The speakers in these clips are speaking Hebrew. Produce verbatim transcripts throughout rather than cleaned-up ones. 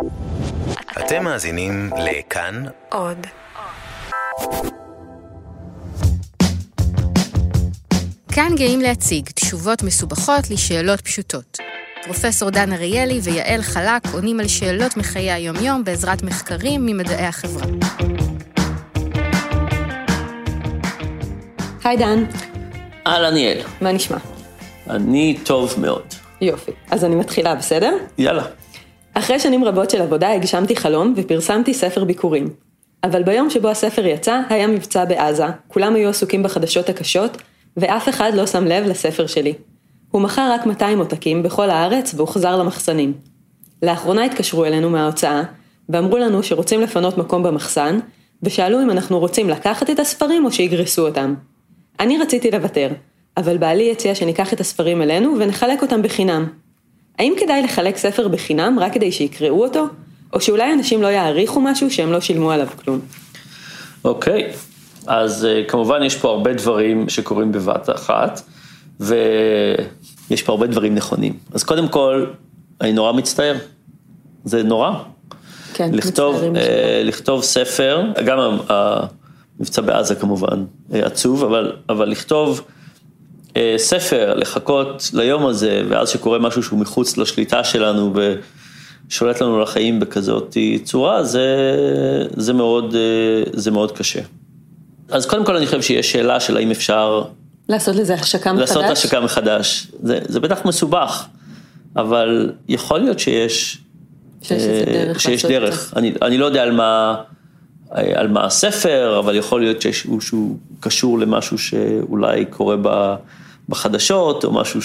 אתם מאזינים לכאן עוד. כאן גאים להציג תשובות מסובכות לשאלות פשוטות. פרופסור דן אריאלי ויעל חלק עונים על שאלות מחיי היום-יום בעזרת מחקרים ממדעי החברה. היי דן. אהלן יעל. מה נשמע? אני טוב מאוד. יופי. אז אני מתחילה, בסדר? יאללה. אחרי שנים רבות של עבודה הגשמתי חלום ופרסמתי ספר ביקורים. אבל ביום שבו הספר יצא היה מבצע בעזה, כולם היו עסוקים בחדשות הקשות, ואף אחד לא שם לב לספר שלי. הוא מכר רק מאתיים עותקים בכל הארץ והוחזר למחסנים. לאחרונה התקשרו אלינו מההוצאה, ואמרו לנו שרוצים לפנות מקום במחסן, ושאלו אם אנחנו רוצים לקחת את הספרים או שיגרסו אותם. אני רציתי לוותר, אבל בעלי הציע שניקח את הספרים אלינו ונחלק אותם בחינם. האם כדאי לחלק ספר בחינם רק כדי שיקראו אותו, או שאולי אנשים לא יעריכו משהו שהם לא שילמו עליו כלום? אוקיי, אז כמובן יש פה הרבה דברים שקורים בבת אחת, ויש פה הרבה דברים נכונים. אז קודם כל, אני נורא מצטער. זה נורא. כן, לכתוב, לכתוב ספר, גם המבצע בעזה כמובן עצוב, אבל, אבל לכתוב ספר, לחכות ליום הזה, ואז שקורה משהו שהוא מחוץ לשליטה שלנו, ושולט לנו לחיים בכזאת צורה, זה, זה מאוד, זה מאוד קשה. אז קודם כל אני חושב שיש שאלה של האם אפשר לעשות לזה השקה מחדש? לעשות השקה מחדש. זה, זה בטח מסובך, אבל יכול להיות שיש, שיש, דרך שיש דרך. אני, אני לא יודע על מה, על מה הספר, אבל יכול להיות שיש, שהוא קשור למשהו שאולי קורה בחדשות, או משהו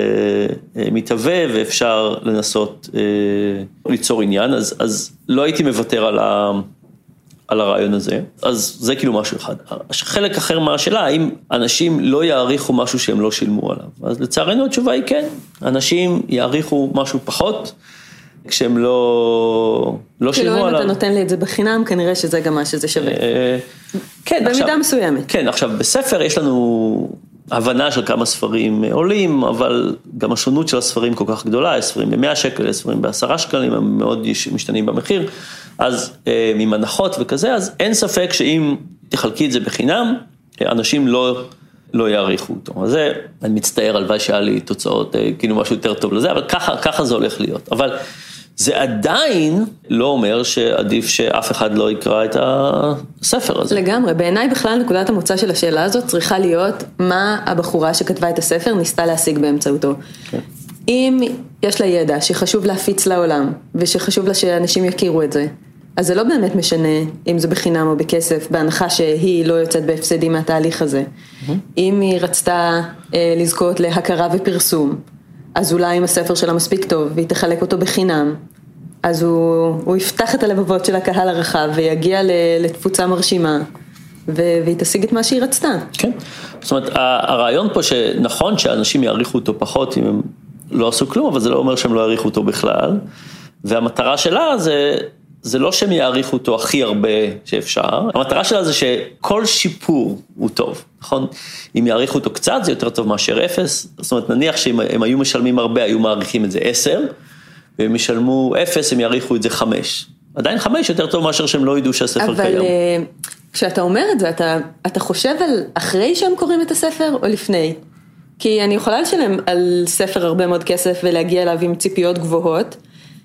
שמתהווה, ואפשר לנסות ליצור עניין. אז, אז לא הייתי מוותר על ה... על הרעיון הזה, אז זה כאילו משהו אחד. חלק אחר מהשאלה, האם אנשים לא יעריכו משהו שהם לא שילמו עליו? אז לצערנו התשובה היא כן, אנשים יעריכו משהו פחות, כשהם לא, לא שילמו עליו. כאילו אם אתה נותן לי את זה בחינם, כנראה שזה גם מה שזה שווה. כן, במידה עכשיו, מסוימת. כן, עכשיו בספר יש לנו הבנה של כמה ספרים עולים, אבל גם השונות של הספרים כל כך גדולה, ספרים ב-מאה שקל, ספרים ב-עשרה שקלים, הם מאוד משתנים במחיר, אז עם הנחות וכזה, אז אין ספק שאם תחלקי את זה בחינם, אנשים לא, לא יעריכו אותו. אז זה, אני מצטער, הלוואי שהיה לי תוצאות, כאילו משהו יותר טוב לזה, אבל ככה, ככה זה הולך להיות. אבל זה עדיין לא אומר שעדיף שאף אחד לא יקרא את הספר הזה. לגמרי, בעיניי בכלל נקודת המוצא של השאלה הזאת צריכה להיות מה הבחורה שכתבה את הספר ניסתה להשיג באמצעותו. Okay. אם יש לה ידע שחשוב להפיץ לעולם, ושחשוב לה שאנשים יכירו את זה, אז זה לא באמת משנה אם זה בחינם או בכסף, בהנחה שהיא לא יוצאת בהפסדים מהתהליך הזה. Mm-hmm. אם היא רצתה אה, לזכות להכרה ופרסום, אז אולי אם הספר שלה מספיק טוב, והיא תחלק אותו בחינם, אז הוא, הוא יפתח את הלבבות של הקהל הרחב, ויגיע לתפוצה מרשימה, והיא תשיג את מה שהיא רצתה. כן. זאת אומרת, הרעיון פה שנכון שאנשים יעריכו אותו פחות, אם הם לא עשו כלום, אבל זה לא אומר שהם לא יעריכו אותו בכלל, והמטרה שלה זה, זה לא שהם יעריכו אותו הכי הרבה שאפשר, המטרה שלה זה שכל שיפור הוא טוב, נכון? אם יעריכו אותו קצת, זה יותר טוב מאשר אפס, זאת אומרת, נניח שאם הם היו משלמים הרבה, היו מעריכים את זה עשר, והם ישלמו אפס, הם יעריכו את זה חמש. עדיין חמש יותר טוב מאשר שהם לא ידעו שהספר אבל קיים. אבל כשאתה אומר את זה, אתה, אתה חושב על אחרי שהם קוראים את הספר או לפני? כי אני יכולה לשלם על ספר הרבה מאוד כסף ולהגיע אליו עם ציפיות גבוהות,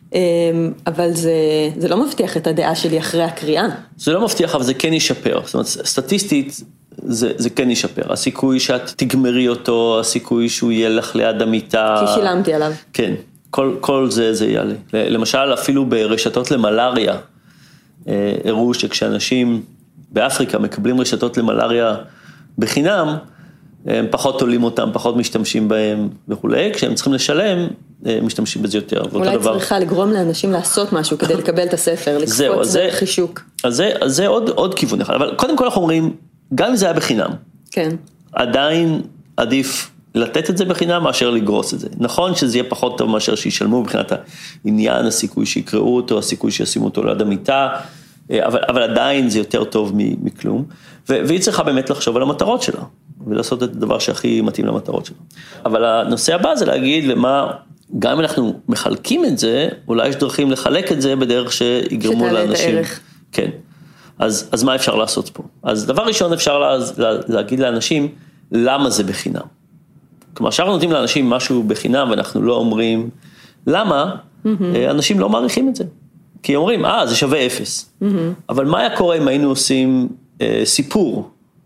אבל זה, זה לא מבטיח את הדעה שלי אחרי הקריאה. זה לא מבטיח, אבל זה כן ישפר. זאת אומרת, סטטיסטית, זה, זה כן ישפר. הסיכוי שאת תגמרי אותו, הסיכוי שהוא יהיה לך ליד המיטה. כי שילמתי עליו. כן, כל, כל זה, זה יעלה. למשל, אפילו ברשתות למלריה, הראו שכשאנשים באפריקה מקבלים רשתות למלריה בחינם, הם פחות עולים אותם, פחות משתמשים בהם וכולי, כשהם צריכים לשלם, משתמשים בזה יותר. אולי צריכה לגרום לאנשים לעשות משהו כדי לקבל את הספר, לקפוץ וחישוק. אז זה, אז זה עוד, עוד כיוון אחד, אבל קודם כל אנחנו אומרים, גם אם זה היה בחינם, כן. עדיין עדיף לתת את זה בחינם מאשר לגרוס את זה. נכון שזה יהיה פחות טוב מאשר שישלמו מבחינת העניין, הסיכוי שיקראו אותו, הסיכוי שישימו אותו ליד המיטה, אבל, אבל עדיין זה יותר טוב מכלום, והיא צריכה באמת לחשוב על המטרות שלה, ולעשות את הדבר שהכי מתאים למטרות שלה. אבל הנושא הבא זה להגיד, ומה, גם אם אנחנו מחלקים את זה, אולי יש דרכים לחלק את זה בדרך שיגרמו לאנשים. שתעלה את הערך. כן. אז, אז מה אפשר לעשות פה? אז דבר ראשון אפשר לה, לה, להגיד לאנשים, למה זה בחינם? כלומר, שאנחנו נותנים לאנשים משהו בחינם, ואנחנו לא אומרים, למה? Mm-hmm. אנשים לא מעריכים את זה. כי אומרים, אה, זה שווה אפס. Mm-hmm. אבל מה היה קורה אם היינו עושים אה, סיפור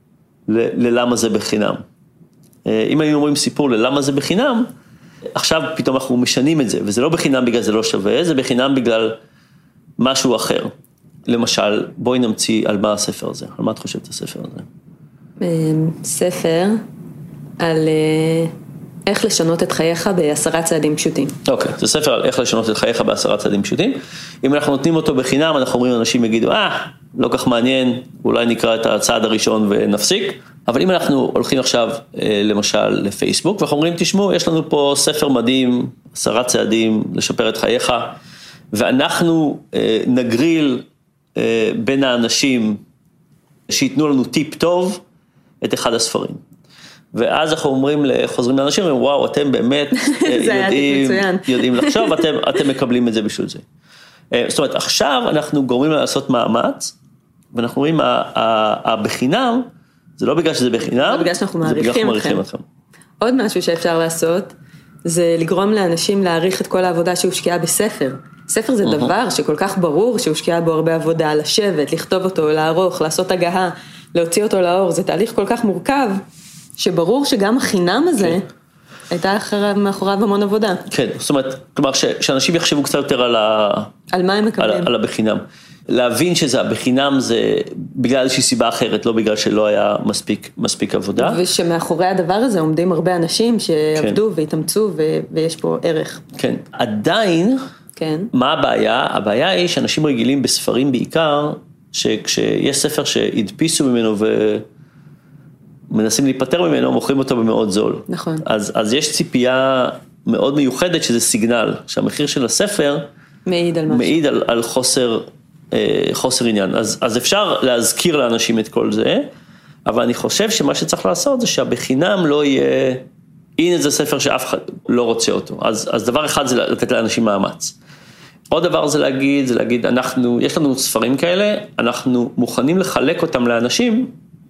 ל- ללמה זה בחינם? אה, אם היינו אומרים סיפור ללמה זה בחינם, עכשיו פתאום אנחנו משנים את זה, וזה לא בחינם בגלל זה לא שווה, זה בחינם בגלל משהו אחר. למשל, בואי נמציא על מה הספר הזה, על מה את חושבת הספר הזה? ספר על איך לשנות את חייך בעשרה צעדים פשוטים. אוקיי, זה ספר על איך לשנות את חייך בעשרה צעדים פשוטים. אם אנחנו נותנים אותו בחינם, אנחנו אומרים, אנשים יגידו, אה, לא כך מעניין, אולי נקרא את הצעד הראשון ונפסיק. אבל אם אנחנו הולכים עכשיו, למשל, לפייסבוק, ואנחנו אומרים, תשמעו, יש לנו פה ספר מדהים, עשרה צעדים לשפר את חייך, ואנחנו נגריל בין האנשים שיתנו לנו טיפ טוב, את אחד הספרים. ואז אנחנו אומרים, חוזרים לאנשים, אומרים, וואו, אתם באמת יודעים, יודעים לחשוב, אתם, אתם מקבלים את זה בשביל זה. זאת אומרת, עכשיו אנחנו גורמים לעשות מאמץ, ואנחנו אומרים, הבחינם, זה לא בגלל שזה בחינם, זה בגלל שאנחנו מעריכים אתכם. אתכם. עוד משהו שאפשר לעשות, זה לגרום לאנשים להעריך את כל העבודה שהושקעה בספר. ספר זה דבר שכל כך ברור שהושקעה בו הרבה עבודה, לשבת, לכתוב אותו, לערוך, לעשות הגהה, להוציא אותו לאור, זה תהליך כל כך מורכב, שברור שגם החינם הזה, הייתה מאחוריו המון עבודה. כן, זאת אומרת, כלומר, שאנשים יחשבו קצת יותר על ה... על מה הם מקבלים. על הבחינם. להבין שזה, הבחינם זה בגלל איזושהי סיבה אחרת, לא בגלל שלא היה מספיק, מספיק עבודה. ושמאחורי הדבר הזה עומדים הרבה אנשים שעבדו והתאמצו, ויש פה ערך. כן, עדיין, כן. מה הבעיה? הבעיה היא שאנשים רגילים בספרים בעיקר, שכשיש ספר שהדפיסו ממנו ומנסים להיפטר ממנו, מוכרים אותו במאוד זול. נכון. אז, אז יש ציפייה מאוד מיוחדת שזה סיגנל, שהמחיר של הספר מעיד על משהו. מעיד על, על חוסר, אה, חוסר עניין. אז, אז אפשר להזכיר לאנשים את כל זה, אבל אני חושב שמה שצריך לעשות זה שהבחינם לא יהיה, הנה זה ספר שאף אחד לא רוצה אותו. אז, אז דבר אחד זה לתת לאנשים מאמץ. עוד דבר זה להגיד, זה להגיד, אנחנו, יש לנו ספרים כאלה, אנחנו מוכנים לחלק אותם לאנשים,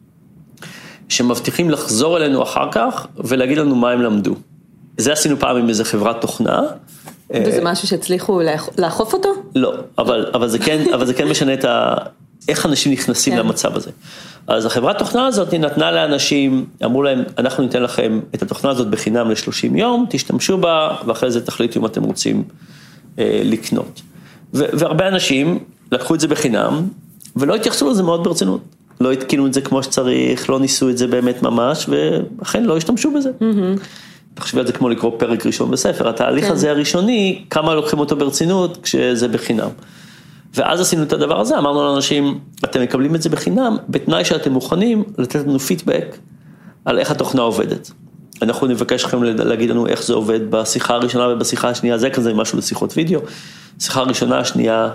שמבטיחים לחזור אלינו אחר כך, ולהגיד לנו מה הם למדו. זה עשינו פעם עם איזה חברת תוכנה. וזה משהו שהצליחו לאכוף אותו? לא, אבל, אבל זה כן, אבל זה כן משנה את ה, איך אנשים נכנסים כן. למצב הזה. אז החברת תוכנה הזאת נתנה לאנשים, אמרו להם, אנחנו ניתן לכם את התוכנה הזאת בחינם ל-שלושים יום, תשתמשו בה, ואחרי זה תחליטו אם אתם רוצים אה, לקנות. ו- והרבה אנשים לקחו את זה בחינם, ולא התייחסו לזה מאוד ברצינות. לא התקינו את זה כמו שצריך, לא ניסו את זה באמת ממש, ואכן לא השתמשו בזה. Mm-hmm. תחשבי על זה כמו לקרוא פרק ראשון בספר, התהליך כן. הזה הראשוני, כמה לוקחים אותו ברצינות כשזה בחינם. ואז עשינו את הדבר הזה, אמרנו לאנשים, אתם מקבלים את זה בחינם, בתנאי שאתם מוכנים לתת לנו פידבק על איך התוכנה עובדת. אנחנו נבקש לכם להגיד לנו איך זה עובד בשיחה הראשונה ובשיחה השנייה, זה כזה משהו לשיחות וידאו, שיחה הראשונה, השנייה,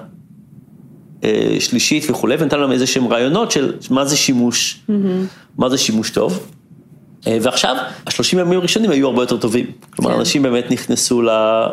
שלישית וכו', ונתן לנו איזה שהם רעיונות של מה זה שימוש, mm-hmm. מה זה שימוש טוב. ועכשיו, השלושים ימים הראשונים היו הרבה יותר טובים. כלומר, כן. אנשים באמת נכנסו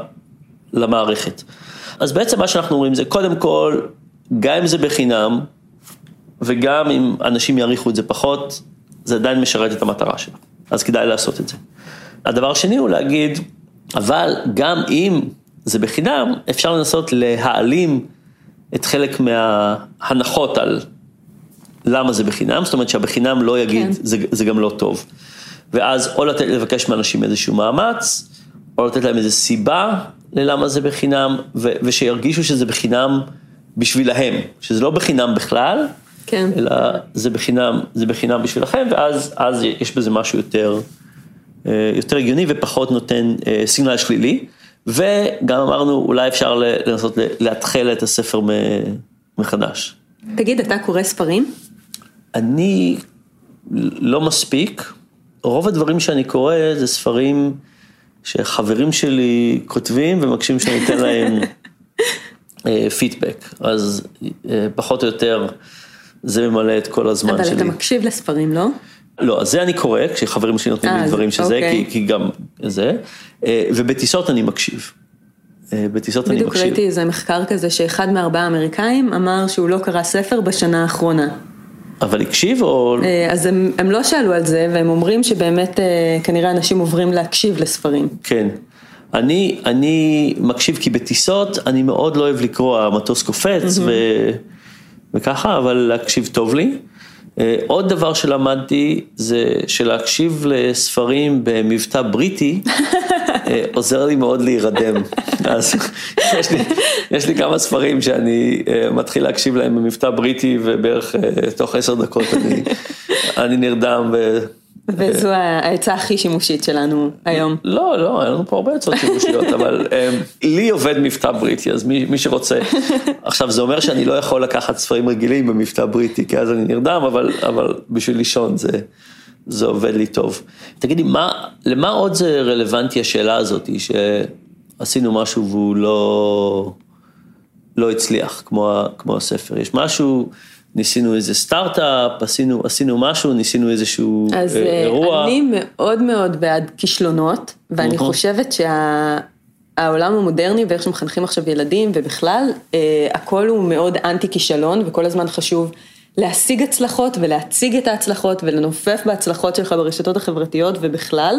למערכת. אז בעצם מה שאנחנו אומרים זה, קודם כל, גם אם זה בחינם, וגם אם אנשים יעריכו את זה פחות, זה עדיין משרת את המטרה שלה. אז כדאי לעשות את זה. הדבר השני הוא להגיד, אבל גם אם זה בחינם, אפשר לנסות להעלים את חלק מההנחות על למה זה בחינם, זאת אומרת שהבחינם לא יגיד, כן. זה, זה גם לא טוב. ואז או לתת, לבקש מאנשים איזשהו מאמץ, או לתת להם איזו סיבה ללמה זה בחינם, ו, ושירגישו שזה בחינם בשבילהם, שזה לא בחינם בכלל, כן. אלא זה בחינם, זה בחינם בשבילכם, ואז אז יש בזה משהו יותר, יותר הגיוני ופחות נותן סיגנל שלילי, וגם אמרנו, אולי אפשר לנסות להתחיל את הספר מחדש. תגיד, אתה קורא ספרים? אני לא מספיק. רוב הדברים שאני קורא זה ספרים שחברים שלי כותבים ומקשים שאני אתן להם פידבק. אז פחות או יותר זה ממלא את כל הזמן אבל שלי. אבל אתה מקשיב לספרים, לא? לא, אז זה אני קורא, כשחברים שלי נותנים לי דברים שזה, כי, כי גם זה, ובטיסות אני מקשיב. בטיסות אני מקשיב. בדיוק ראיתי איזה מחקר כזה, שאחד מארבעה אמריקאים אמר שהוא לא קרא ספר בשנה האחרונה. אבל הקשיב או... אז הם, הם לא שאלו על זה, והם אומרים שבאמת כנראה אנשים עוברים להקשיב לספרים. כן. אני, אני מקשיב כי בטיסות, אני מאוד לא אוהב לקרוא, המטוס קופץ ו... וככה, אבל להקשיב טוב לי. עוד דבר שלמדתי, זה שלהקשיב לספרים במבטא בריטי, עוזר לי מאוד להירדם. אז יש לי, יש לי כמה ספרים שאני מתחיל להקשיב להם במבטא בריטי, ובערך תוך עשר דקות אני, אני נרדם ו... וזו העצה הכי שימושית שלנו היום. לא, לא, אין לנו פה הרבה עצות שימושיות, אבל לי עובד מבטא בריטי, אז מי, מי שרוצה. עכשיו, זה אומר שאני לא יכול לקחת ספרים רגילים במבטא בריטי, כי אז אני נרדם, אבל, אבל בשביל לישון זה, זה עובד לי טוב. תגידי, מה, למה עוד זה רלוונטי השאלה הזאת, שעשינו משהו והוא לא, לא הצליח, כמו, כמו הספר? יש משהו... ניסינו איזה סטארט-אפ, עשינו, עשינו משהו, ניסינו איזשהו אז אירוע. אז אני מאוד מאוד בעד כישלונות, ואני חושבת שהעולם המודרני, ואיך שמחנכים עכשיו ילדים, ובכלל, הכל הוא מאוד אנטי כישלון, וכל הזמן חשוב להשיג הצלחות, ולהציג את ההצלחות, ולנופף בהצלחות שלך ברשתות החברתיות, ובכלל.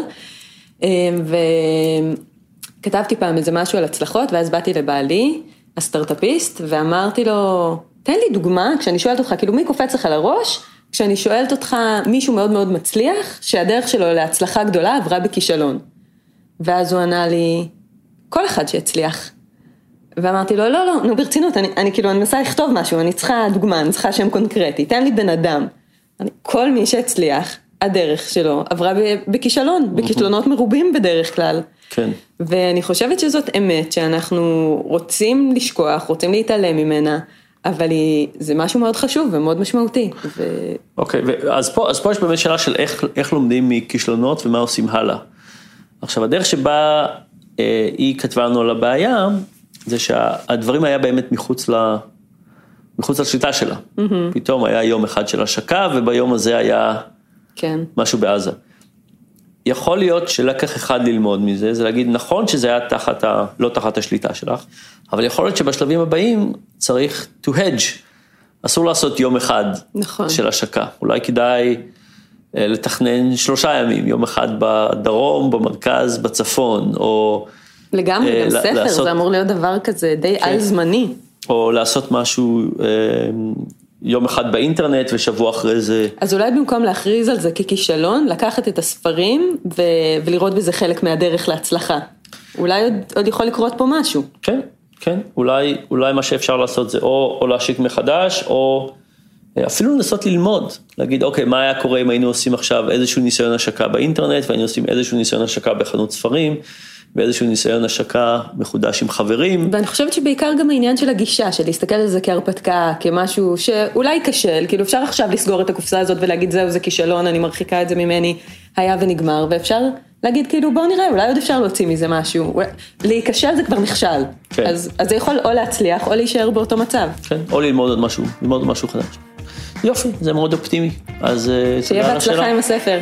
וכתבתי פעם איזה משהו על הצלחות, ואז באתי לבעלי, הסטארט-אפיסט, ואמרתי לו, תן לי דוגמה, כשאני שואלת אותך, כאילו מי קופץ לך לראש, כשאני שואלת אותך מישהו מאוד מאוד מצליח, שהדרך שלו להצלחה גדולה עברה בכישלון. ואז הוא ענה לי, כל אחד שהצליח. ואמרתי לו, לא, לא, נו ברצינות, אני, אני כאילו, אני מנסה לכתוב משהו, אני צריכה דוגמה, אני צריכה שם קונקרטי, תן לי בן אדם. אני, כל מי שהצליח, הדרך שלו עברה בכישלון, בכישלונות מרובים בדרך כלל. כן. ואני חושבת שזאת אמת, שאנחנו רוצים לשכוח, רוצים להתעלם ממנה, אבל היא, זה משהו מאוד חשוב ומאוד משמעותי. ו... אוקיי, אז פה, אז פה יש באמת שאלה של איך, איך לומדים מכישלונות ומה עושים הלאה. עכשיו, הדרך שבה אה, היא כתבה לנו על הבעיה, זה שהדברים היה באמת מחוץ, ל, מחוץ לשליטה שלה. Mm-hmm. פתאום היה יום אחד של השקה, וביום הזה היה כן. משהו בעזה. יכול להיות שלקח אחד ללמוד מזה, זה להגיד, נכון שזה היה תחת ה, לא תחת השליטה שלך, אבל יכול להיות שבשלבים הבאים צריך to hedge, אסור לעשות יום אחד נכון. של השקה, אולי כדאי לתכנן שלושה ימים, יום אחד בדרום, במרכז, בצפון, או... לגמרי, גם ספר, לעשות, זה אמור להיות דבר כזה די כן. על זמני. או לעשות משהו... יום אחד באינטרנט ושבוע אחרי זה. אז אולי במקום להכריז על זה ככישלון, לקחת את הספרים ו... ולראות בזה חלק מהדרך להצלחה. אולי עוד, עוד יכול לקרות פה משהו. כן, כן. אולי, אולי מה שאפשר לעשות זה או, או להשיק מחדש, או אפילו לנסות ללמוד. להגיד, אוקיי, מה היה קורה אם היינו עושים עכשיו איזשהו ניסיון השקה באינטרנט, והיינו עושים איזשהו ניסיון השקה בחנות ספרים, ואיזשהו ניסיון השקה מחודש עם חברים. ואני חושבת שבעיקר גם העניין של הגישה, של להסתכל על זה כהרפתקה, כמשהו שאולי קשל, כאילו אפשר עכשיו לסגור את הקופסה הזאת ולהגיד זהו, זה כישלון, אני מרחיקה את זה ממני, היה ונגמר, ואפשר להגיד כאילו בואו נראה, אולי עוד אפשר להוציא מזה משהו, להיכשל זה כבר נכשל, כן. אז, אז זה יכול או להצליח או להישאר באותו מצב. כן, או ללמוד עוד משהו, ללמוד עוד משהו חדש. יופי, זה מאוד אופטימי. אז שיהיה בהצלחה עם הספר.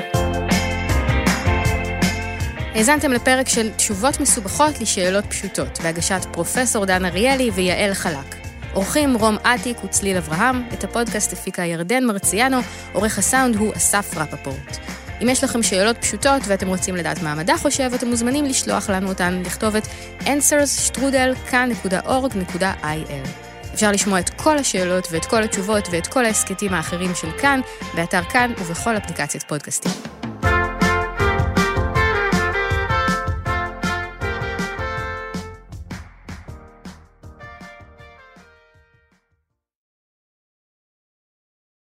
האזנתם לפרק של תשובות מסובכות לשאלות פשוטות, בהגשת פרופסור דן אריאלי ויעל חלק. עורכים רום עתיק וצליל אברהם, את הפודקאסט הפיקה ירדן מרציאנו, עורך הסאונד הוא אסף רפפורט. אם יש לכם שאלות פשוטות ואתם רוצים לדעת מה המדע חושב, אתם מוזמנים לשלוח לנו אותן לכתוב את answers strudel כאן נקודה אורג נקודה איי אל. אפשר לשמוע את כל השאלות ואת כל התשובות ואת כל העסקטים האחרים של כאן, באתר כאן ובכל אפליקציית פודקאסטים.